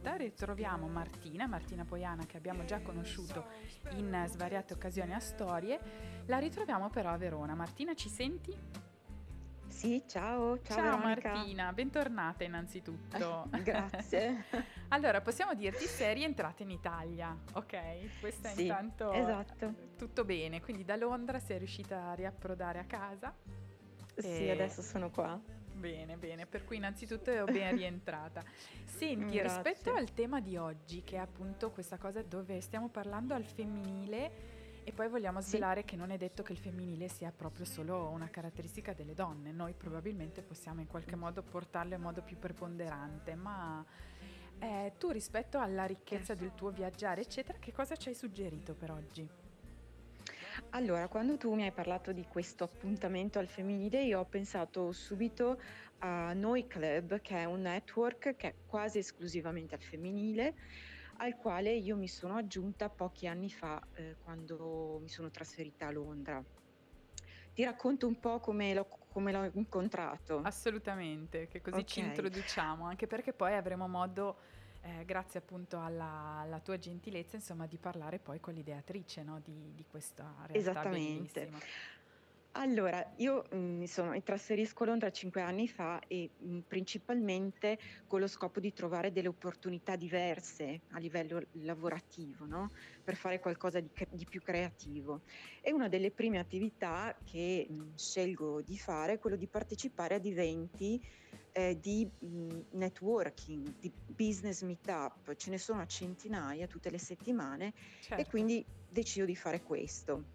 puntata ritroviamo Martina Poiana, che abbiamo già conosciuto in svariate occasioni a Storie. La ritroviamo però a Verona. Martina, ci senti? Sì, ciao, ciao Ciao Veronica. Martina, bentornata innanzitutto. Grazie. Allora, possiamo dirti sei rientrata in Italia, ok? Questa Sì, intanto esatto. tutto bene, quindi da Londra sei riuscita a riapprodare a casa Sì, e adesso sono qua. bene, bene, per cui innanzitutto ero ben rientrata. Senti, rispetto Grazie. al tema di oggi, che è appunto questa cosa dove stiamo parlando al femminile e poi vogliamo Sì, svelare che non è detto che il femminile sia proprio solo una caratteristica delle donne, noi probabilmente possiamo in qualche modo portarlo in modo più preponderante, ma tu rispetto alla ricchezza del tuo viaggiare, eccetera, che cosa ci hai suggerito per oggi? allora, quando tu mi hai parlato di questo appuntamento al femminile, io ho pensato subito a Noi Club, che è un network che è quasi esclusivamente al femminile, al quale io mi sono aggiunta pochi anni fa, quando mi sono trasferita a Londra. Ti racconto un po' come l'ho incontrato. Assolutamente, che così ci Ok. introduciamo, anche perché poi avremo modo, grazie appunto alla tua gentilezza, insomma, di parlare poi con l'ideatrice, no, di questa realtà Esattamente. bellissima. Allora, io, mi trasferisco a Londra 5 anni fa e, principalmente con lo scopo di trovare delle opportunità diverse a livello lavorativo, no, per fare qualcosa di più creativo. E una delle prime attività che, scelgo di fare è quello di partecipare ad eventi, di, networking, di business meetup. Ce ne sono a centinaia tutte le settimane e Certo, quindi decido di fare questo.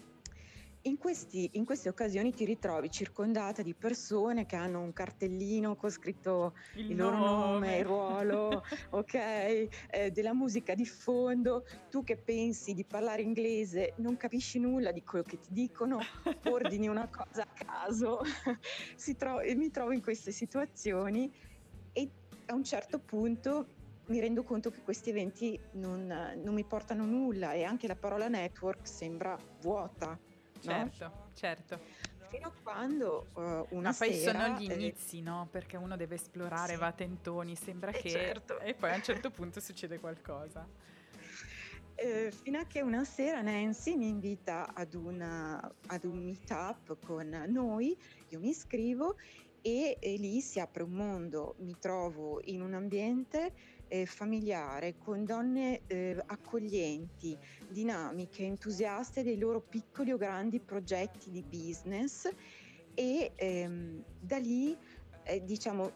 In queste occasioni ti ritrovi circondata di persone che hanno un cartellino con scritto il il loro nome, il nome. ruolo, okay, della musica di fondo. Tu che pensi di parlare inglese non capisci nulla di quello che ti dicono, ordini una cosa a caso, e mi trovo in queste situazioni e a un certo punto mi rendo conto che questi eventi non mi portano nulla e anche la parola network sembra vuota, no, Certo, certo. fino a quando, una Ma poi sono sera gli inizi, no, perché uno deve esplorare, sì, va a tentoni, sembra che certo. e poi a un certo punto succede qualcosa. Fino a che una sera Nancy mi invita ad un meet-up con noi, io mi iscrivo e lì si apre un mondo. Mi trovo in un ambiente, familiare con donne, accoglienti, dinamiche, entusiaste dei loro piccoli o grandi progetti di business e, da lì, diciamo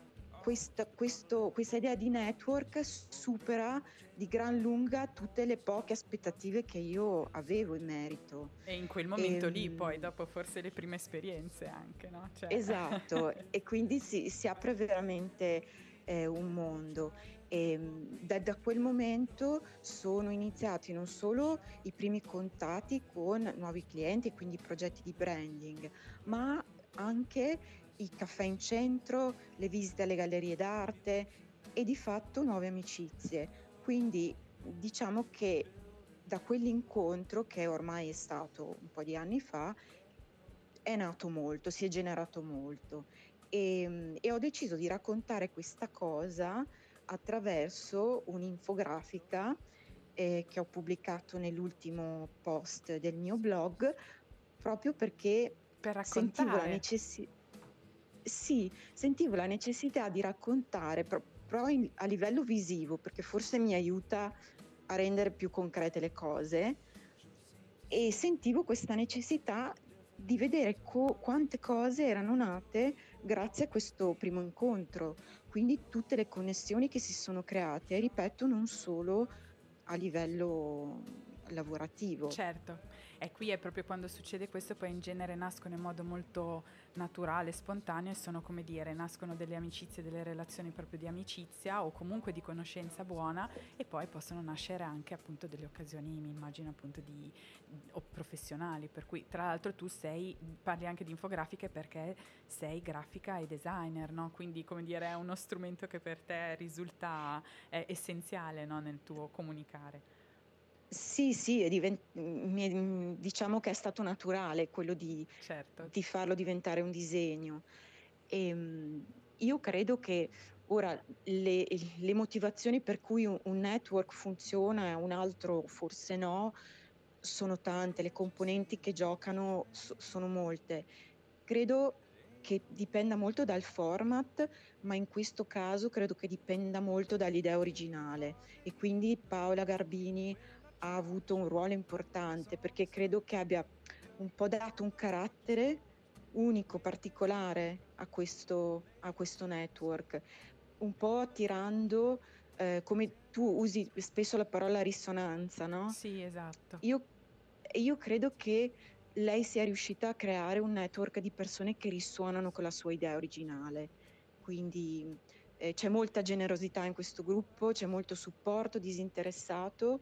questa idea di network supera di gran lunga tutte le poche aspettative che io avevo in merito. E in quel momento lì poi, Ehm dopo forse le prime esperienze anche, no, cioè esatto, e quindi si apre veramente, un mondo. Da quel momento sono iniziati non solo i primi contatti con nuovi clienti e quindi progetti di branding, ma anche i caffè in centro, le visite alle gallerie d'arte e di fatto nuove amicizie. Quindi diciamo che da quell'incontro, che ormai è stato un po' di anni fa, è nato molto, si è generato molto. E ho deciso di raccontare questa cosa attraverso un'infografica, che ho pubblicato nell'ultimo post del mio blog, proprio perché per sentivo la raccontare. necessi sì, sentivo la necessità di raccontare però a livello visivo, perché forse mi aiuta a rendere più concrete le cose, e sentivo questa necessità di vedere quante cose erano nate grazie a questo primo incontro, quindi tutte le connessioni che si sono create, ripeto, non solo a livello, lavorativo. Certo, e qui è proprio quando succede questo, poi in genere nascono in modo molto naturale, spontaneo e sono come dire, nascono delle amicizie, delle relazioni proprio di amicizia o comunque di conoscenza buona e poi possono nascere anche appunto delle occasioni, mi immagino appunto o professionali, per cui tra l'altro tu parli anche di infografiche perché sei grafica e designer, no? Quindi come dire è uno strumento che per te risulta essenziale, no? Nel tuo comunicare. Sì, sì, diciamo che è stato naturale quello di Certo. farlo diventare un disegno. Io credo che Ora, le motivazioni per cui un network funziona e un altro forse no, sono tante, le componenti che giocano sono molte. Credo che dipenda molto dal format, ma in questo caso credo che dipenda molto dall'idea originale e quindi Paola Garbini ha avuto un ruolo importante, perché credo che abbia un po' dato un carattere unico, particolare a questo network, un po' attirando, come tu usi spesso la parola risonanza, no, Sì, esatto. io io credo che lei sia riuscita a creare un network di persone che risuonano con la sua idea originale. Quindi, c'è molta generosità in questo gruppo, c'è molto supporto disinteressato,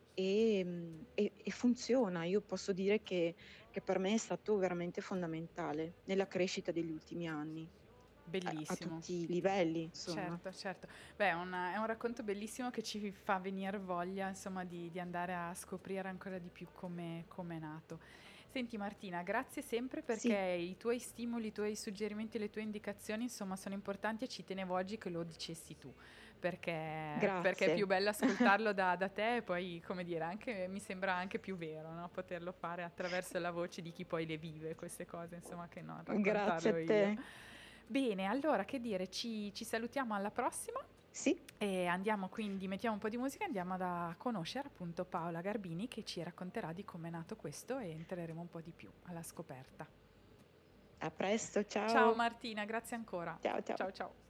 e funziona. Io posso dire che per me è stato veramente fondamentale nella crescita degli ultimi anni, a Bellissimo. tutti i livelli, insomma. Certo, certo. Beh, è un racconto bellissimo che ci fa venire voglia, insomma, di andare a scoprire ancora di più come è nato. Senti Martina, grazie sempre perché Sì, i tuoi stimoli, i tuoi suggerimenti, le tue indicazioni, insomma, sono importanti e ci tenevo oggi che lo dicessi tu, perché è più grazie. bello ascoltarlo da te e poi, come dire, anche, mi sembra anche più vero, no? Poterlo fare attraverso la voce di chi poi le vive, queste cose, insomma, che non Grazie a raccontarlo io. te. Bene, allora che dire, ci salutiamo alla prossima Sì, e andiamo quindi, mettiamo un po' di musica e andiamo a conoscere appunto Paola Garbini che ci racconterà di come è nato questo e entreremo un po' di più alla scoperta. a presto, Ciao ciao. Martina, grazie ancora. Ciao, ciao. Ciao ciao.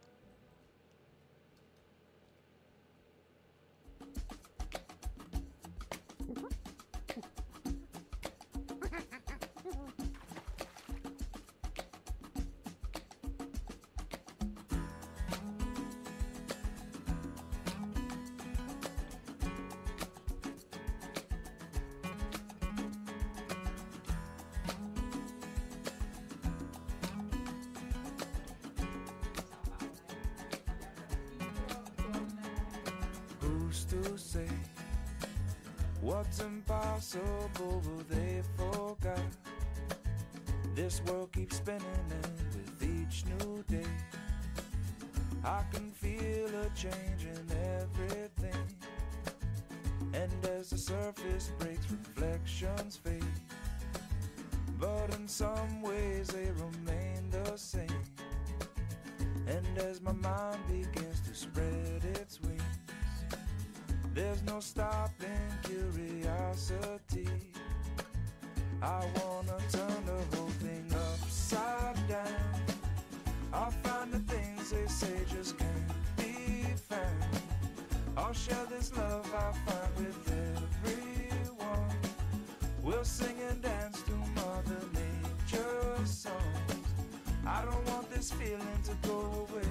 Who's to say what's impossible will they forget? This world keeps spinning and with each new day I can feel a change in everything. And as the surface breaks, reflections fade, but in some ways they remain the same. And as my mind begins to spread its wings, there's no stopping curiosity. I wanna turn the whole thing upside down. I'll find the things they say just can't be found. I'll share this love I find with everyone. We'll sing and dance to Mother Nature's songs. I don't want this feeling to go away.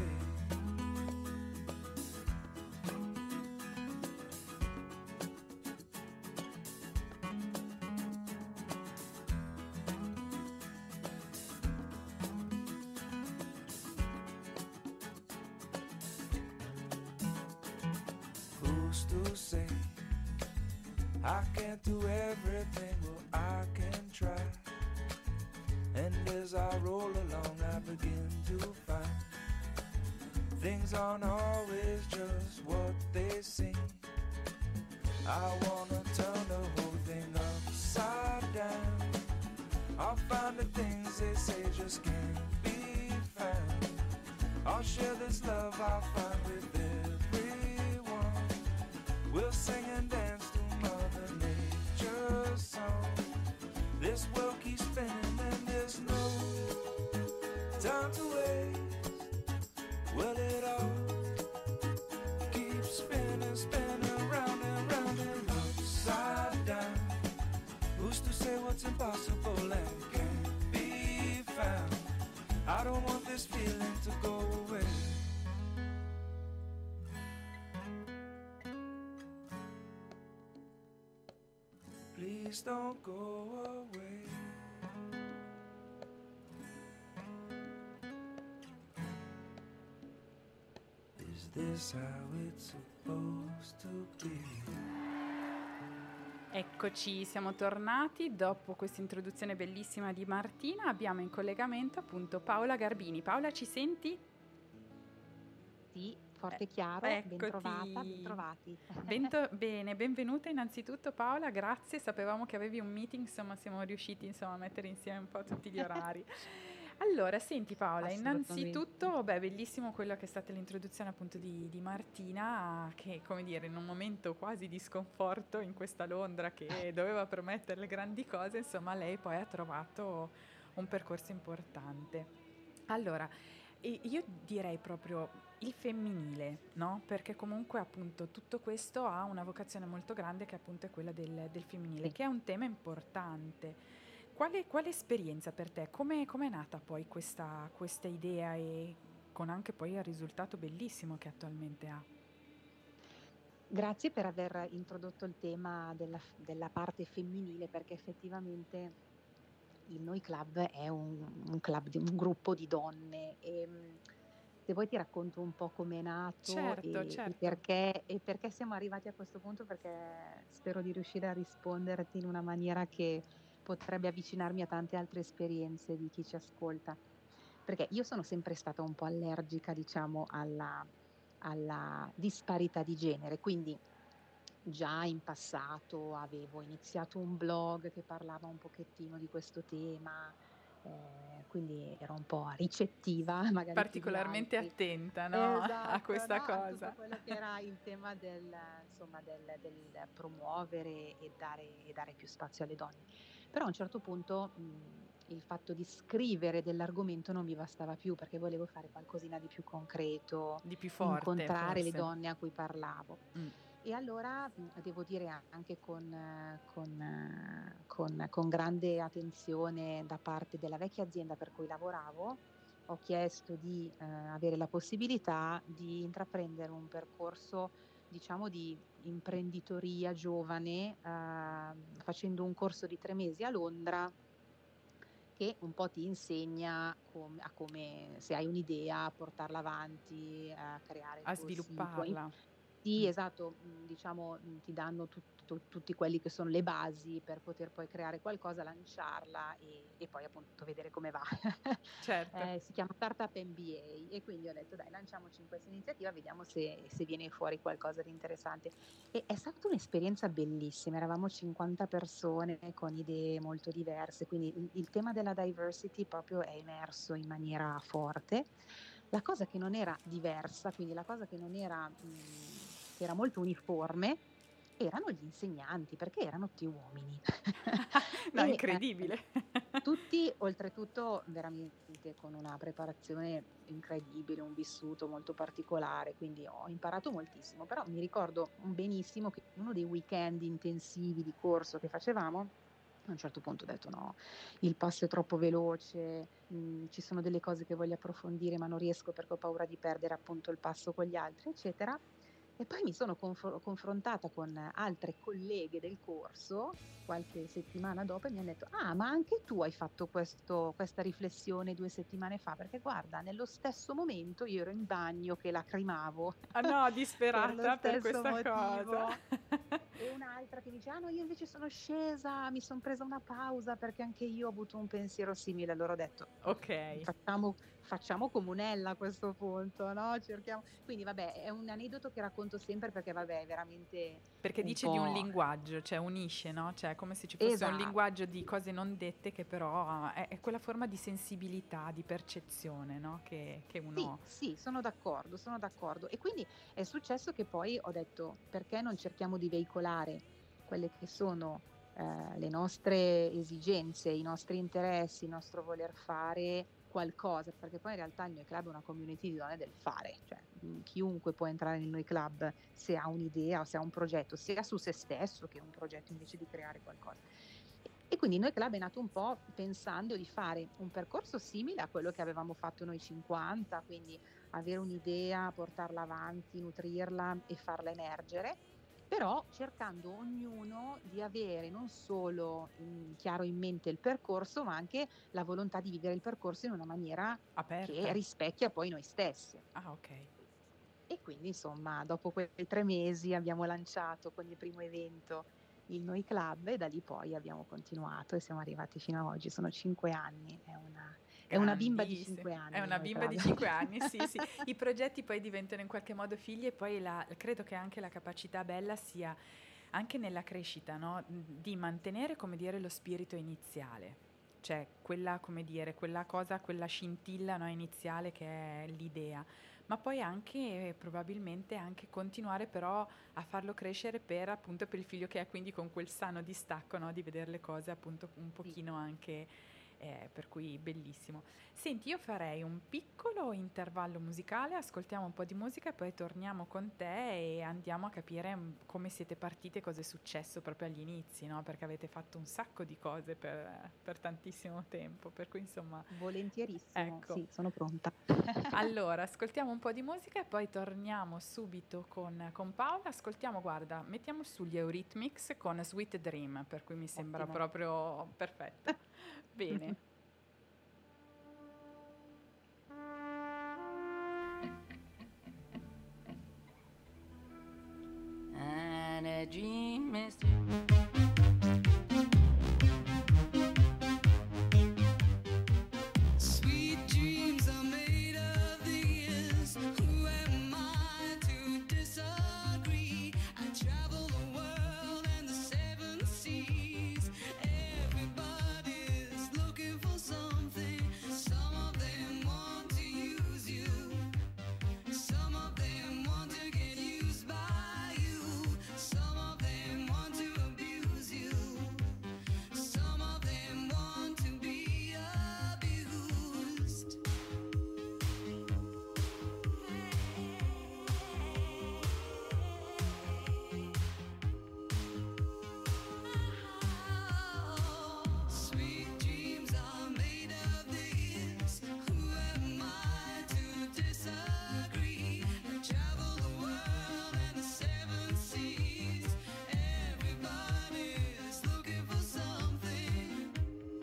Who's to say I can't do everything? Well, I can try. And as I roll along, I begin to find things aren't always just what they seem. I wanna turn the whole thing upside down. I'll find the things they say just can't be found. I'll share this love I find with everyone. We'll sing and dance to Mother Nature's song. This world keeps spinning and there's no time to waste. Well, it all keeps spinning, spinning round and round and upside down. Who's to say what's impossible and can't be found? I don't want this feeling to go away. Please don't go away. Is this how it's supposed to be? Eccoci, siamo tornati dopo questa introduzione bellissima di Martina. Abbiamo in collegamento appunto Paola Garbini. Paola, ci senti? Sì, forte e chiaro, ben trovata, ben Eccoti. trovati. Bene, benvenuta innanzitutto Paola, grazie. Sapevamo che avevi un meeting, insomma siamo riusciti insomma, a mettere insieme un po' tutti gli orari. Allora, senti Paola, Assolutamente. innanzitutto, vabbè, bellissimo quello che è stata l'introduzione appunto di Martina, che come dire, in un momento quasi di sconforto in questa Londra che doveva promettere le grandi cose, insomma lei poi ha trovato un percorso importante. Allora, io direi proprio il femminile, no? Perché comunque appunto tutto questo ha una vocazione molto grande che appunto è quella del femminile, Sì. che è un tema importante. Quale esperienza per te? Come è nata poi questa idea e con anche poi il risultato bellissimo che attualmente ha? Grazie per aver introdotto il tema della parte femminile, perché effettivamente il Noi Club è un club di un gruppo di donne. Se vuoi ti racconto un po' com'è nato Certo, e certo. perché siamo arrivati a questo punto, perché spero di riuscire a risponderti in una maniera che potrebbe avvicinarmi a tante altre esperienze di chi ci ascolta. Perché io sono sempre stata un po' allergica, diciamo, alla disparità di genere, quindi già in passato avevo iniziato un blog che parlava un pochettino di questo tema, quindi ero un po' ricettiva, magari più di Particolarmente altri. attenta, no? A Esatto, no, questa a tutto cosa. quello che era il tema insomma, del promuovere e dare più spazio alle donne. Però a un certo punto, il fatto di scrivere dell'argomento non mi bastava più, perché volevo fare qualcosina di più concreto, Di più forte, incontrare le forse. donne a cui parlavo. Mm. E allora, devo dire anche con grande attenzione da parte della vecchia azienda per cui lavoravo, ho chiesto di, avere la possibilità di intraprendere un percorso, diciamo, di imprenditoria giovane, facendo un corso di 3 mesi a Londra che un po' ti insegna come, se hai un'idea, a portarla avanti, a creare il A tuo sito. svilupparla. Sì, Mm. esatto, diciamo, ti danno tutti quelli che sono le basi per poter poi creare qualcosa, lanciarla e poi appunto vedere come va. Certo. Si chiama Startup MBA e quindi ho detto: "Dai, lanciamoci in questa iniziativa, vediamo se viene fuori qualcosa di interessante". E è stata un'esperienza bellissima, eravamo 50 persone con idee molto diverse, quindi il tema della diversity proprio è emerso in maniera forte. La cosa che non era diversa, quindi la cosa che non era che era molto uniforme, erano gli insegnanti, perché erano tutti uomini. No, E, incredibile. tutti oltretutto veramente con una preparazione incredibile, un vissuto molto particolare, quindi ho imparato moltissimo, però mi ricordo benissimo che uno dei weekend intensivi di corso che facevamo, a un certo punto ho detto: "No, il passo è troppo veloce, ci sono delle cose che voglio approfondire, ma non riesco perché ho paura di perdere appunto il passo con gli altri", eccetera. E poi mi sono confrontata con altre colleghe del corso qualche settimana dopo e mi han detto: "Ah, ma anche tu hai fatto questa riflessione 2 settimane fa? Perché guarda, nello stesso momento io ero in bagno che lacrimavo Ah no, per lo disperata per stesso questa cosa. motivo". E un'altra che dice: "Ah no, io invece sono scesa, mi son presa una pausa perché anche io ho avuto un pensiero simile". Allora ho detto: Ok. facciamo comunella a questo punto, no, cerchiamo". Quindi vabbè, è un aneddoto che racconto sempre perché vabbè, è veramente Perché un dice di un po' linguaggio, cioè unisce, no? Cioè è come se ci fosse un esa linguaggio di cose non dette che però è quella forma di sensibilità, di percezione, no? Che sì, uno... sì, sono d'accordo, sono d'accordo. E quindi è successo che poi ho detto: "Perché non cerchiamo di veicolare quelle che sono, le nostre esigenze, i nostri interessi, il nostro voler fare qualcosa", perché poi in realtà il Noi Club è una community di donne del fare, cioè, chiunque può entrare nel Noi Club se ha un'idea o se ha un progetto, sia su se stesso che un progetto invece di creare qualcosa. E quindi Noi Club è nato un po' pensando di fare un percorso simile a quello che avevamo fatto noi 50, quindi avere un'idea, portarla avanti, nutrirla e farla emergere, però cercando ognuno di avere non solo chiaro in mente il percorso, ma anche la volontà di vivere il percorso in una maniera che Aperta. rispecchia poi noi stessi. Ah, ok. E quindi insomma, dopo quei 3 mesi abbiamo lanciato con il primo evento il Noi Club e da lì poi abbiamo continuato e siamo arrivati fino a oggi. Sono 5 anni, È una bimba di Grandissimo. 5 anni, È una bimba di tra 5 l'altro. anni, sì, sì. I progetti poi diventano in qualche modo figli e poi credo che anche la capacità bella sia anche nella crescita, no? Di mantenere, come dire, lo spirito iniziale. Cioè, quella, come dire, quella cosa, quella scintilla, no, iniziale che è l'idea. Ma poi anche, probabilmente, anche continuare però a farlo crescere per, appunto, per il figlio che è, quindi con quel sano distacco, no, di vedere le cose, appunto, un Sì. pochino anche per cui bellissimo. Senti, io farei un piccolo intervallo musicale, ascoltiamo un po' di musica e poi torniamo con te e andiamo a capire come siete partite, cosa è successo proprio agli inizi, no? Perché avete fatto un sacco di cose per tantissimo tempo, per cui insomma, Volentierissimo, ecco. sì, sono pronta. Allora, ascoltiamo un po' di musica e poi torniamo subito con Paola. Ascoltiamo, guarda, mettiamo su gli Eurythmics con Sweet Dream, per cui mi sembra Ottimo. proprio perfetto. Bene. And a dream is Sweet dreams are made of these. Who am I to disagree? I travel the world and the seven seas. Everybody's looking for something. Some of them want to use you. Some of them want to get used by you. Some of them want to abuse you. Some of them want to be abused. Sweet dreams are made of this. Who am I to disagree? I travel the world and the seven seas. Everybody's looking for something.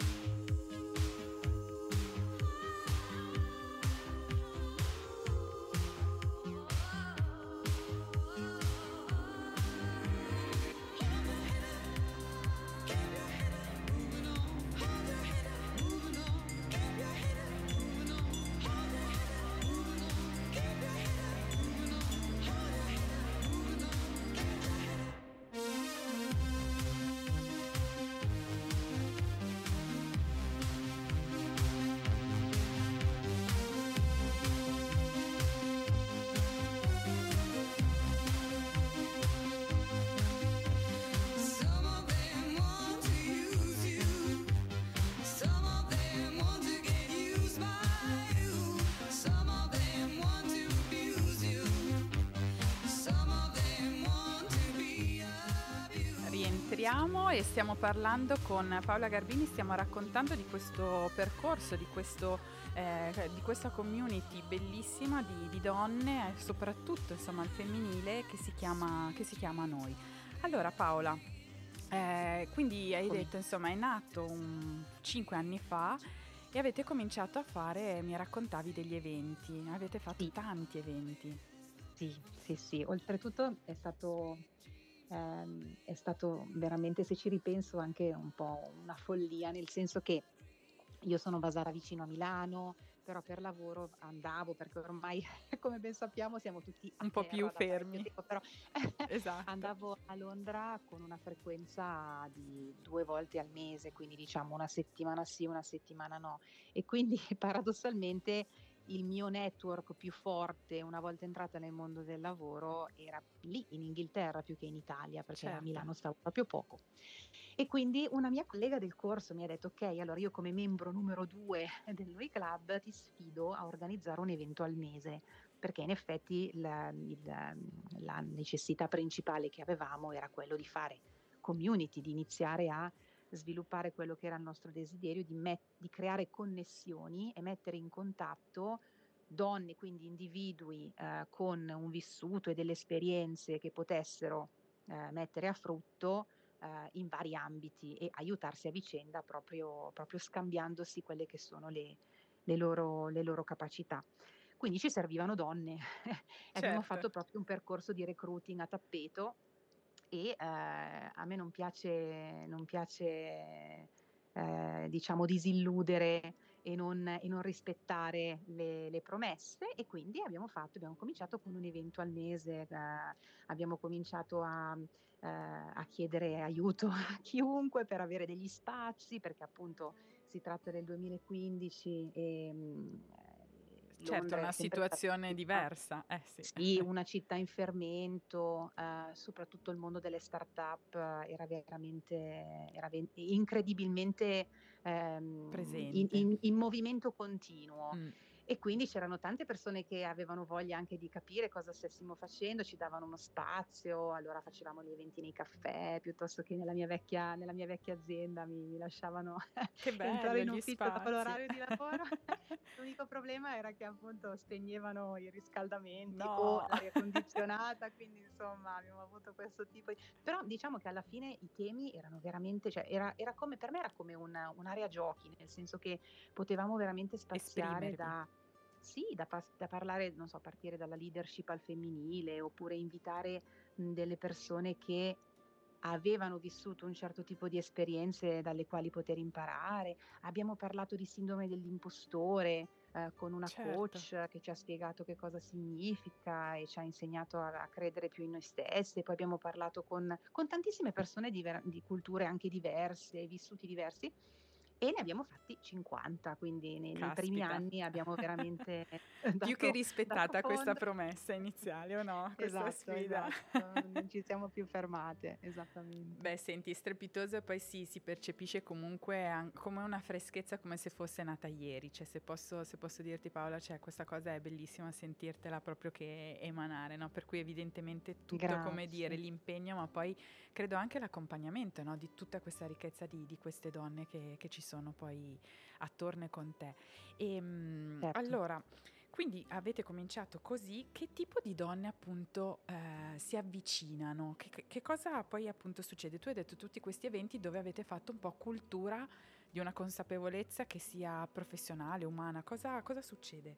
Some of them want to use you. Some of them want to get used by you. Some of them want to abuse you. Some of them want to be abused. Rientriamo e stiamo parlando con Paola Garbini, stiamo raccontando di questo percorso, di questa community bellissima di donne, soprattutto insomma al femminile, che si chiama Noi. Allora Paola, quindi hai detto insomma è nato 5 anni fa e avete cominciato a fare, mi raccontavi, degli eventi, avete fatto Sì. tanti eventi. Sì. Oltretutto è stato veramente, se ci ripenso, anche un po' una follia, nel senso che io sono basata vicino a Milano, però per lavoro andavo, perché ormai, come ben sappiamo, siamo tutti a Un po' terra più da parecchio fermi. tempo, però Esatto. andavo a Londra con una frequenza di 2 volte al mese, quindi diciamo una settimana sì, una settimana no. E quindi paradossalmente il mio network più forte, una volta entrata nel mondo del lavoro, era lì in Inghilterra più che in Italia, perché a Certo. Milano stavo proprio poco. E quindi una mia collega del corso mi ha detto: ok, allora io come membro numero 2 del Noi Club ti sfido a organizzare un evento al mese, perché in effetti la necessità principale che avevamo era quello di fare community, di iniziare a sviluppare quello che era il nostro desiderio di creare connessioni e mettere in contatto donne, quindi individui con un vissuto e delle esperienze che potessero mettere a frutto in vari ambiti e aiutarsi a vicenda proprio scambiandosi quelle che sono le loro capacità. Quindi ci servivano donne e abbiamo Certo. fatto proprio un percorso di recruiting a tappeto e a me non piace diciamo disilludere e non rispettare le promesse, e quindi abbiamo cominciato con un evento al mese, abbiamo cominciato a chiedere aiuto a chiunque per avere degli spazi, perché appunto si tratta del 2015 e Certo, è Londra è una sempre stata una situazione città, diversa, eh sì. sì, una città in fermento, soprattutto il mondo delle start-up era incredibilmente Presente. in movimento continuo. Mh. E quindi c'erano tante persone che avevano voglia anche di capire cosa stessimo facendo, ci davano uno spazio, allora facevamo gli eventi nei caffè, piuttosto che nella mia vecchia azienda mi lasciavano Che entrare bello in gli ufficio dopo spazi. l'orario di lavoro. L'unico problema era che appunto spegnevano i riscaldamenti o No. l'aria condizionata, quindi insomma abbiamo avuto questo tipo di... Però diciamo che alla fine i temi erano veramente, cioè era come, per me era come un'area giochi, nel senso che potevamo veramente spaziare Esprimervi. sì, da parlare, non so, a partire dalla leadership al femminile, oppure invitare delle persone che avevano vissuto un certo tipo di esperienze dalle quali poter imparare. Abbiamo parlato di sindrome dell'impostore, con una Certo. coach che ci ha spiegato che cosa significa e ci ha insegnato a credere più in noi stesse. Poi abbiamo parlato con tantissime persone di culture anche diverse, vissuti diversi, e ne abbiamo fatti 50, quindi nei primi Caspita. anni abbiamo veramente Più che dato rispettata questa fondo. promessa iniziale, o no? Questa Esatto, sfida. esatto, non ci siamo più fermate, esattamente. Beh, senti, strepitoso, e poi sì, si percepisce comunque come una freschezza, come se fosse nata ieri. Cioè, se posso dirti, Paola, cioè, questa cosa è bellissima sentirtela proprio che emanare, no? Per cui evidentemente tutto, come dire, Grazie. l'impegno, ma poi credo anche l'accompagnamento, no? Di tutta questa ricchezza di queste donne che ci sono poi attorno e con te. Certo. Allora, quindi avete cominciato così, che tipo di donne appunto si avvicinano? Che cosa poi appunto succede? Tu hai detto tutti questi eventi dove avete fatto un po' cultura di una consapevolezza che sia professionale, umana, cosa succede?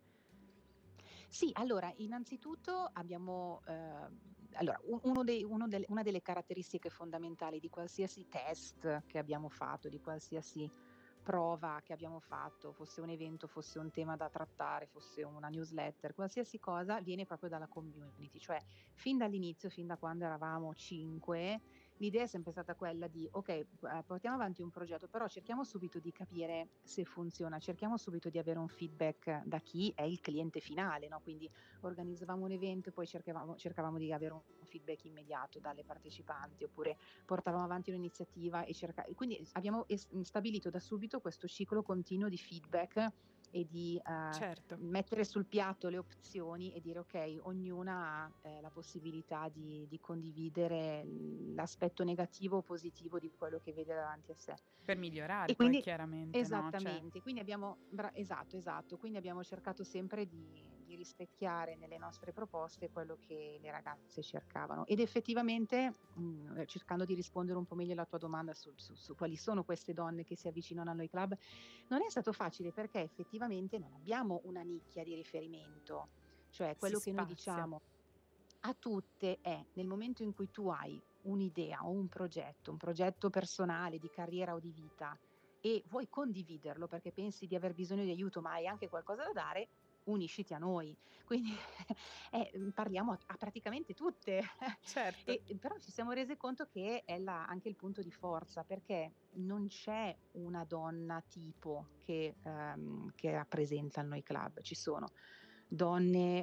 Sì, allora innanzitutto abbiamo allora una delle caratteristiche fondamentali di qualsiasi test che abbiamo fatto, di qualsiasi prova che abbiamo fatto, fosse un evento, fosse un tema da trattare, fosse una newsletter, qualsiasi cosa, viene proprio dalla community. Cioè, fin dall'inizio, fin da quando eravamo 5, l'idea è sempre stata quella di: ok, portiamo avanti un progetto, però cerchiamo subito di capire se funziona, cerchiamo subito di avere un feedback da chi è il cliente finale, no? Quindi organizzavamo un evento e poi cercavamo di avere un feedback immediato dalle partecipanti, oppure portavamo avanti un'iniziativa quindi abbiamo stabilito da subito questo ciclo continuo di feedback e di Certo. mettere sul piatto le opzioni e dire: ok, ognuna ha la possibilità di condividere l'aspetto negativo o positivo di quello che vede davanti a sé. Per migliorare E poi quindi chiaramente, no? Cioè, esattamente, quindi esatto, quindi abbiamo cercato sempre di rispecchiare nelle nostre proposte quello che le ragazze cercavano, ed effettivamente, cercando di rispondere un po' meglio alla tua domanda su quali sono queste donne che si avvicinano a noi club, non è stato facile, perché effettivamente non abbiamo una nicchia di riferimento. Cioè, si quello che noi spazia. diciamo a tutte è: nel momento in cui tu hai un'idea o un progetto personale, di carriera o di vita, e vuoi condividerlo perché pensi di aver bisogno di aiuto, ma hai anche qualcosa da dare, unisciti a noi. Quindi parliamo a praticamente tutte. Certo. E però ci siamo rese conto che è anche il punto di forza, perché non c'è una donna tipo che rappresenta il Noi Club. Ci sono donne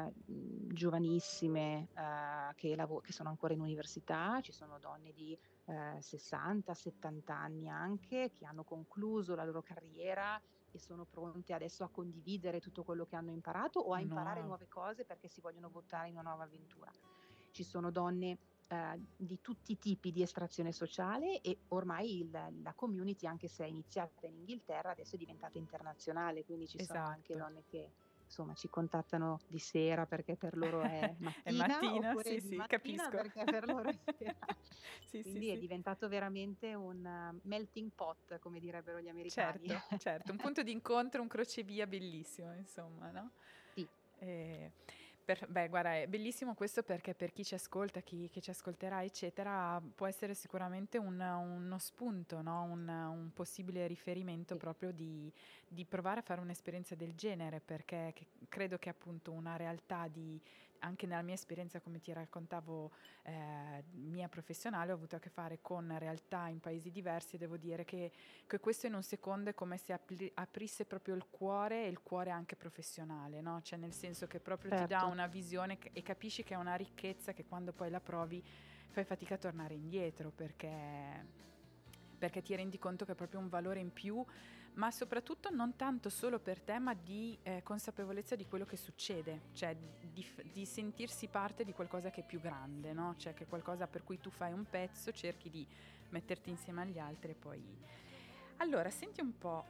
giovanissime che sono ancora in università, ci sono donne di 60, 70 anni anche, che hanno concluso la loro carriera e sono pronte adesso a condividere tutto quello che hanno imparato o a imparare No. nuove cose perché si vogliono buttare in una nuova avventura. Ci sono donne di tutti i tipi di estrazione sociale, e ormai la community, anche se è iniziata in Inghilterra, adesso è diventata internazionale, quindi ci sono anche Esatto. donne che insomma ci contattano di sera perché per loro è È mattina, mattina, oppure sì, di sì, mattina capisco. perché per loro è sera. Sì, sì, Quindi è sì. diventato veramente un melting pot, come direbbero gli americani. Certo, certo, un punto di incontro, un crocevia bellissimo, insomma, no? Sì. Eh, Beh, guarda, è bellissimo questo perché per chi ci ascolta, chi che ci ascolterà, eccetera, può essere sicuramente uno spunto, no? Un possibile riferimento Sì, proprio di provare a fare un'esperienza del genere, perché credo che appunto una realtà anche nella mia esperienza, come ti raccontavo, mia professionale, ho avuto a che fare con realtà in paesi diversi e devo dire che questo in un secondo è come se aprisse proprio il cuore e il cuore anche professionale, no? Cioè nel senso che proprio ti dà certo, una visione e capisci che è una ricchezza che quando poi la provi fai fatica a tornare indietro perché ti rendi conto che è proprio un valore in più, ma soprattutto non tanto solo per te, ma di consapevolezza di quello che succede, cioè di sentirsi parte di qualcosa che è più grande, no? Cioè che è qualcosa per cui tu fai un pezzo, cerchi di metterti insieme agli altri e poi... Allora, senti un po',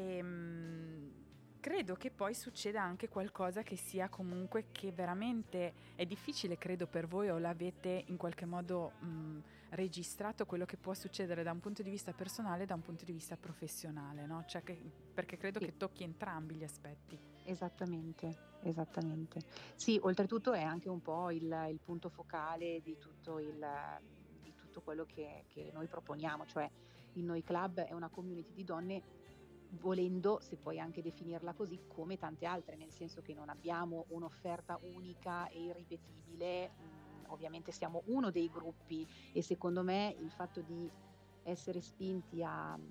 credo che poi succeda anche qualcosa che sia comunque che veramente è difficile, credo per voi, o l'avete in qualche modo registrato quello che può succedere da un punto di vista personale e da un punto di vista professionale, no? Cioè perché credo sì. che tocchi entrambi gli aspetti. Esattamente, esattamente. Sì, oltretutto è anche un po' il punto focale di tutto quello che noi proponiamo, cioè il Noi Club è una community di donne, volendo, se puoi anche definirla così, come tante altre, nel senso che non abbiamo un'offerta unica e irripetibile, ovviamente siamo uno dei gruppi e secondo me il fatto di essere spinti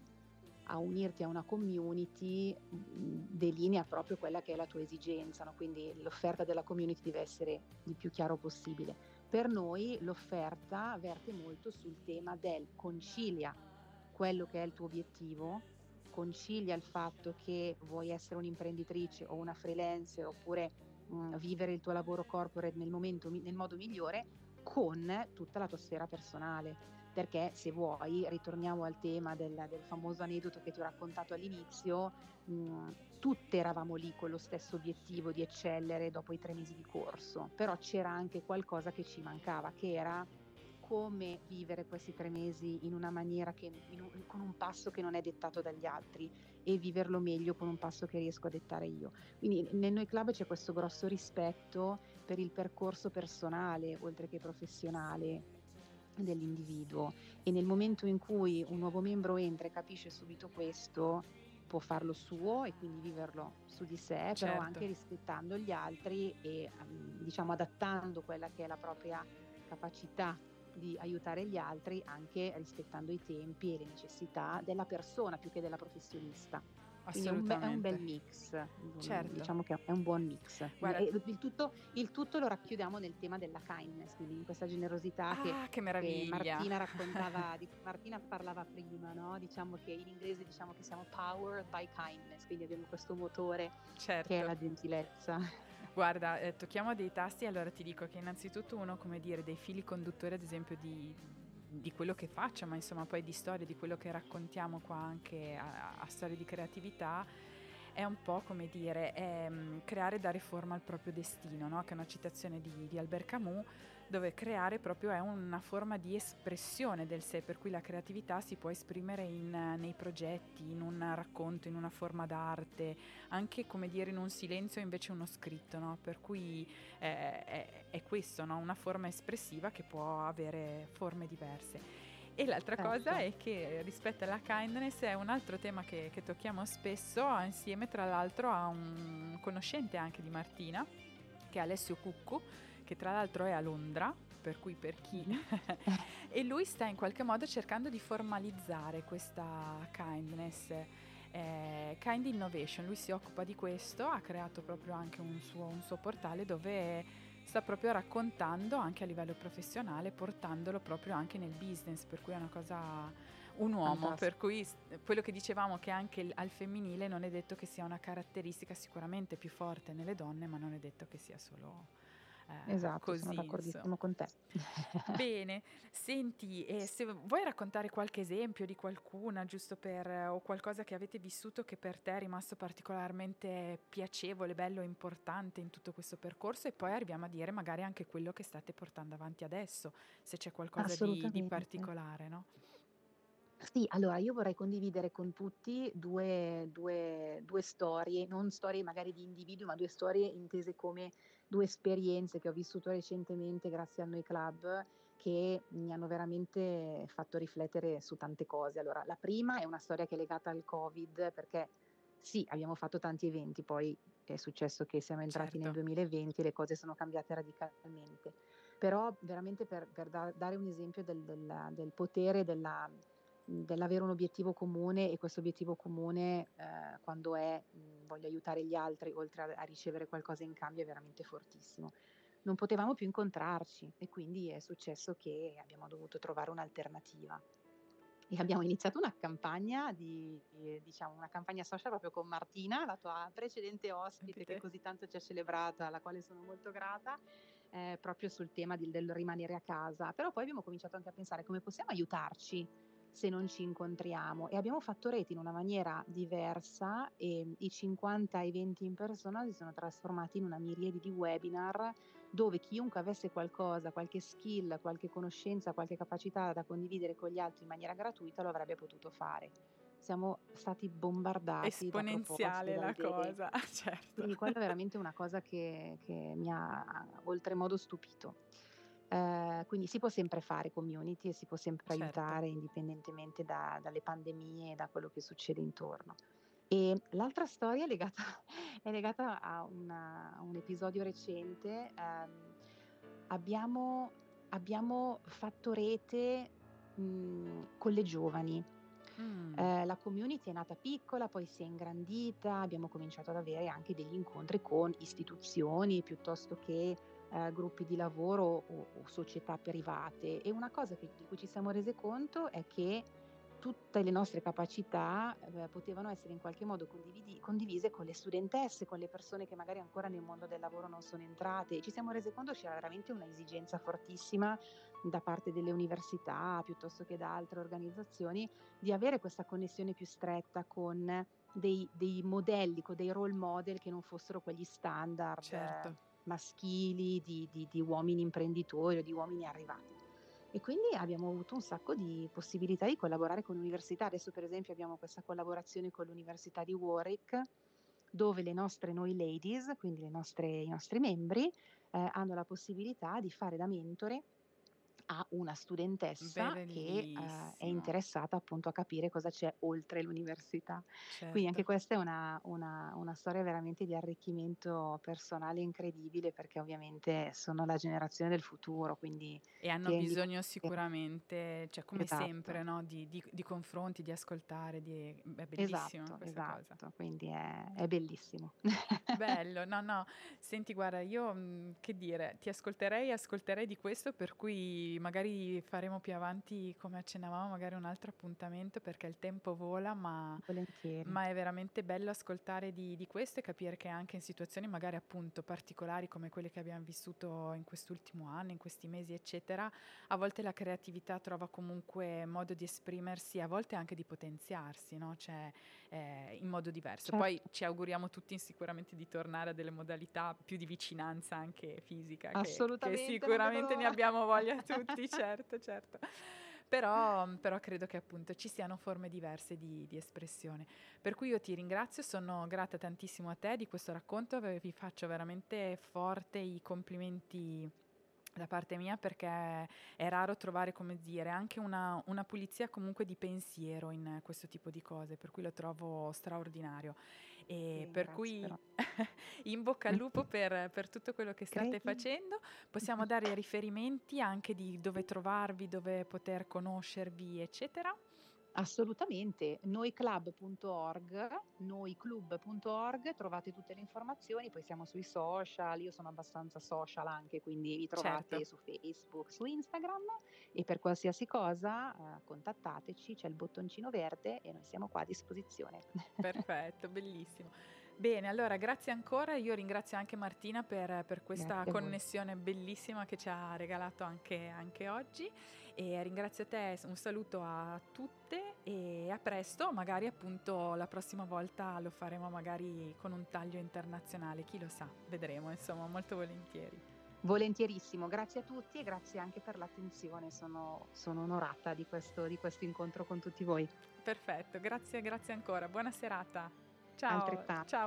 a unirti a una community delinea proprio quella che è la tua esigenza, no? Quindi l'offerta della community deve essere il più chiaro possibile. Per noi l'offerta verte molto sul tema del concilia quello che è il tuo obiettivo, concilia il fatto che vuoi essere un'imprenditrice o una freelancer oppure vivere il tuo lavoro corporate nel modo migliore con tutta la tua sfera personale. Perché se vuoi, ritorniamo al tema del famoso aneddoto che ti ho raccontato all'inizio, tutte eravamo lì con lo stesso obiettivo di eccellere dopo i 3 mesi di corso, però c'era anche qualcosa che ci mancava, che era come vivere questi 3 mesi in una maniera con un passo che non è dettato dagli altri e viverlo meglio con un passo che riesco a dettare io. Quindi nel Noi Club c'è questo grosso rispetto per il percorso personale, oltre che professionale dell'individuo e nel momento in cui un nuovo membro entra e capisce subito questo, può farlo suo e quindi viverlo su di sé, però Certo. anche rispettando gli altri e diciamo adattando quella che è la propria capacità di aiutare gli altri, anche rispettando i tempi e le necessità della persona più che della professionista. Quindi è un bel Assolutamente. mix, Certo. diciamo che è un buon mix. Guarda, E il tutto lo racchiudiamo nel tema della kindness, quindi in questa generosità che che meraviglia. Martina raccontava, di cui Martina parlava prima, no? Diciamo che in inglese diciamo che siamo powered by kindness, quindi abbiamo questo motore che è Certo. la gentilezza. Guarda, tocchiamo dei tasti, allora ti dico che innanzitutto uno, come dire, dei fili conduttori ad esempio di quello che faccio, ma insomma poi di storie, di quello che raccontiamo qua anche a storie di creatività, è un po' come dire, creare e dare forma al proprio destino, no? Che è una citazione di Albert Camus, dove creare proprio è una forma di espressione del sé, per cui la creatività si può esprimere nei progetti, in un racconto, in una forma d'arte, anche come dire in un silenzio invece uno scritto, no? Per cui è questo, no? Una forma espressiva che può avere forme diverse. E l'altra cosa Certo. è che rispetto alla kindness è un altro tema che tocchiamo spesso, insieme tra l'altro a un conoscente anche di Martina, che è Alessio Cuccu, che tra l'altro è a Londra, per cui per chi... Mhm. e lui sta in qualche modo cercando di formalizzare questa kindness. Kind Innovation, lui si occupa di questo, ha creato proprio anche un suo portale dove sta proprio raccontando anche a livello professionale, portandolo proprio anche nel business, per cui è una cosa, un uomo, per Fantastico. cui quello che dicevamo che anche al femminile non è detto che sia una caratteristica sicuramente più forte nelle donne, ma non è detto che sia solo Esatto, sono così, insomma. d'accordissimo con te. Bene, senti, se vuoi raccontare qualche esempio di qualcuna, giusto o qualcosa che avete vissuto che per te è rimasto particolarmente piacevole, bello, importante in tutto questo percorso e poi arriviamo a dire magari anche quello che state portando avanti adesso, se c'è qualcosa di Assolutamente. particolare, no? Sì, allora io vorrei condividere con tutti due storie, non storie magari di individui, ma due storie intese come due esperienze che ho vissuto recentemente grazie al Noi Club, che mi hanno veramente fatto riflettere su tante cose. Allora, la prima è una storia che è legata al Covid, perché sì, abbiamo fatto tanti eventi, poi è successo che siamo entrati nel Certo. 2020 e le cose sono cambiate radicalmente. Però veramente per dare un esempio del potere dell'avere un obiettivo comune, e questo obiettivo comune, quando è voglio aiutare gli altri, oltre a ricevere qualcosa in cambio, è veramente fortissimo. Non potevamo più incontrarci e quindi è successo che abbiamo dovuto trovare un'alternativa. E abbiamo iniziato una campagna diciamo una campagna social proprio con Martina, la tua precedente ospite che Capite? così tanto ci ha celebrata, alla quale sono molto grata, proprio sul tema del rimanere a casa. Però poi abbiamo cominciato anche a pensare come possiamo aiutarci se non ci incontriamo, e abbiamo fatto rete in una maniera diversa, e i 50 eventi in persona si sono trasformati in una miriade di webinar dove chiunque avesse qualcosa, qualche skill, qualche conoscenza, qualche capacità da condividere con gli altri in maniera gratuita lo avrebbe potuto fare. Siamo stati bombardati da proposte, Esponenziale da la idee. cosa, certo. Quindi quello è veramente una cosa che mi ha oltremodo stupito. Quindi si può sempre fare community e si può sempre Certo. aiutare indipendentemente dalle pandemie e da quello che succede intorno. E l'altra storia è legata è legata a un episodio recente. Abbiamo fatto rete, con le giovani. La community è nata piccola, poi si è ingrandita, abbiamo cominciato ad avere anche degli incontri con istituzioni piuttosto che, gruppi di lavoro o società private, e una cosa di cui ci siamo rese conto è che tutte le nostre capacità, potevano essere in qualche modo condivise con le studentesse, con le persone che magari ancora nel mondo del lavoro non sono entrate, e ci siamo rese conto c'era veramente una esigenza fortissima da parte delle università, piuttosto che da altre organizzazioni, di avere questa connessione più stretta con dei modelli, con dei role model che non fossero quegli standard Certo. maschili di uomini imprenditori o di uomini arrivati. E quindi abbiamo avuto un sacco di possibilità di collaborare con l'università. Adesso per esempio abbiamo questa collaborazione con l'Università di Warwick, dove le nostre Noi Ladies, quindi i nostri membri, hanno la possibilità di fare da mentore a una studentessa che, è Bellissimo, interessata appunto a capire cosa c'è oltre l'università. Quindi anche certo. questa è una storia veramente di arricchimento personale incredibile, perché ovviamente sono la generazione del futuro, quindi E hanno ti rendi bisogno conto che sicuramente, cioè come sempre, esatto. no, di confronti, di ascoltare, è bellissima questa cosa. Esatto, quindi è bellissimo. Bello, no, no, senti guarda io, che dire, ti ascolterei di questo, per cui magari faremo più avanti, come accennavamo, magari un altro appuntamento perché il tempo vola, Volentieri. ma è veramente bello ascoltare di questo e capire che anche in situazioni magari appunto particolari come quelle che abbiamo vissuto in quest'ultimo anno, in questi mesi, eccetera, a volte la creatività trova comunque modo di esprimersi, a volte anche di potenziarsi, no? Cioè, in modo diverso. Poi Certo, ci auguriamo tutti sicuramente di tornare a delle modalità più di vicinanza anche fisica, che assolutamente, non vedo sicuramente ne l'ora. abbiamo voglia tutti, certo, certo. Però credo che appunto ci siano forme diverse di espressione. Per cui io ti ringrazio, sono grata tantissimo a te di questo racconto, vi faccio veramente forte i complimenti da parte mia, perché è raro trovare, come dire, anche una pulizia comunque di pensiero in questo tipo di cose, per cui lo trovo straordinario. Ti E per cui ringrazierò. in bocca al lupo per tutto quello che state Credi? facendo. Possiamo dare riferimenti anche di dove trovarvi, dove poter conoscervi, eccetera. Assolutamente, noiclub.org, trovate tutte le informazioni, poi siamo sui social, io sono abbastanza social anche, quindi vi trovate Certo. su Facebook, su Instagram, e per qualsiasi cosa contattateci, c'è il bottoncino verde e noi siamo qua a disposizione. Perfetto, bellissimo. Bene, allora grazie ancora. Io ringrazio anche Martina per questa Grazie a voi. connessione bellissima che ci ha regalato anche oggi, e ringrazio te, un saluto a tutte e a presto, magari appunto la prossima volta lo faremo magari con un taglio internazionale, chi lo sa, vedremo, insomma, molto volentieri. Volentierissimo, grazie a tutti e grazie anche per l'attenzione, sono onorata di questo incontro con tutti voi. Perfetto, grazie ancora, buona serata. Ciao, Altrettanto. ciao.